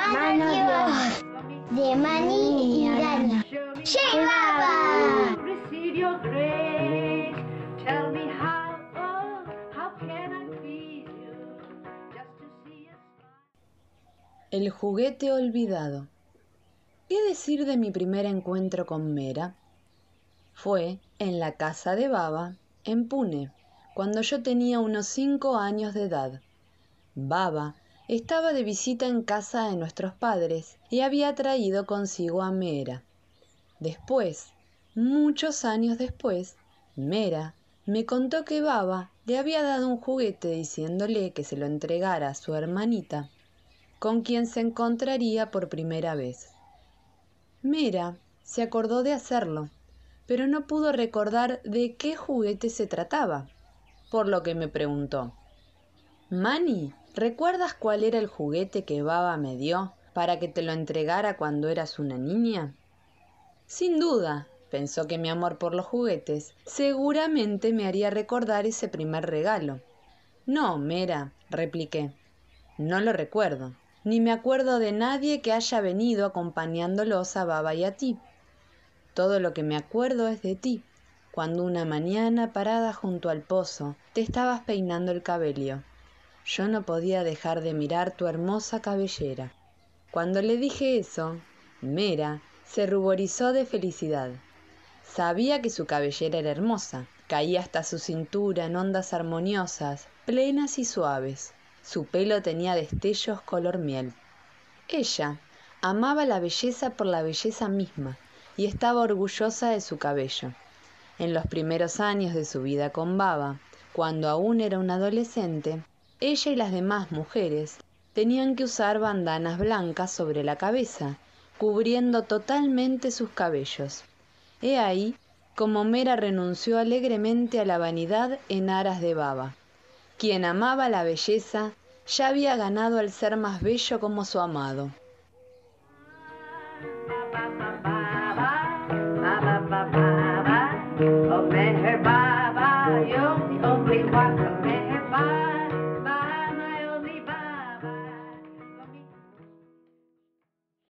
Mano Dios, de Manny y Dani. ¡Che Baba! Receive your grace. Tell me how, oh, how can I please you? Just to see you smile. El juguete olvidado. ¿Qué decir de mi primer encuentro con Mera? Fue en la casa de Baba, en Pune, cuando yo tenía unos 5 años de edad. Baba estaba de visita en casa de nuestros padres y había traído consigo a Mera. Después, muchos años después, Mera me contó que Baba le había dado un juguete diciéndole que se lo entregara a su hermanita, con quien se encontraría por primera vez. Mera se acordó de hacerlo, pero no pudo recordar de qué juguete se trataba, por lo que me preguntó: «Mani, ¿recuerdas cuál era el juguete que Baba me dio para que te lo entregara cuando eras una niña?» Sin duda, pensó que mi amor por los juguetes seguramente me haría recordar ese primer regalo. «No, Mera», repliqué, «no lo recuerdo, ni me acuerdo de nadie que haya venido acompañándolos a Baba y a ti. Todo lo que me acuerdo es de ti, cuando una mañana parada junto al pozo te estabas peinando el cabello. Yo no podía dejar de mirar tu hermosa cabellera». Cuando le dije eso, Mera se ruborizó de felicidad. Sabía que su cabellera era hermosa, caía hasta su cintura en ondas armoniosas, plenas y suaves. Su pelo tenía destellos color miel. Ella amaba la belleza por la belleza misma y estaba orgullosa de su cabello. En los primeros años de su vida con Baba, cuando aún era una adolescente, ella y las demás mujeres tenían que usar bandanas blancas sobre la cabeza, cubriendo totalmente sus cabellos. He ahí como Mera renunció alegremente a la vanidad en aras de Baba. Quien amaba la belleza ya había ganado al ser más bello como su amado. Oh, Meher Baba, you're the only one.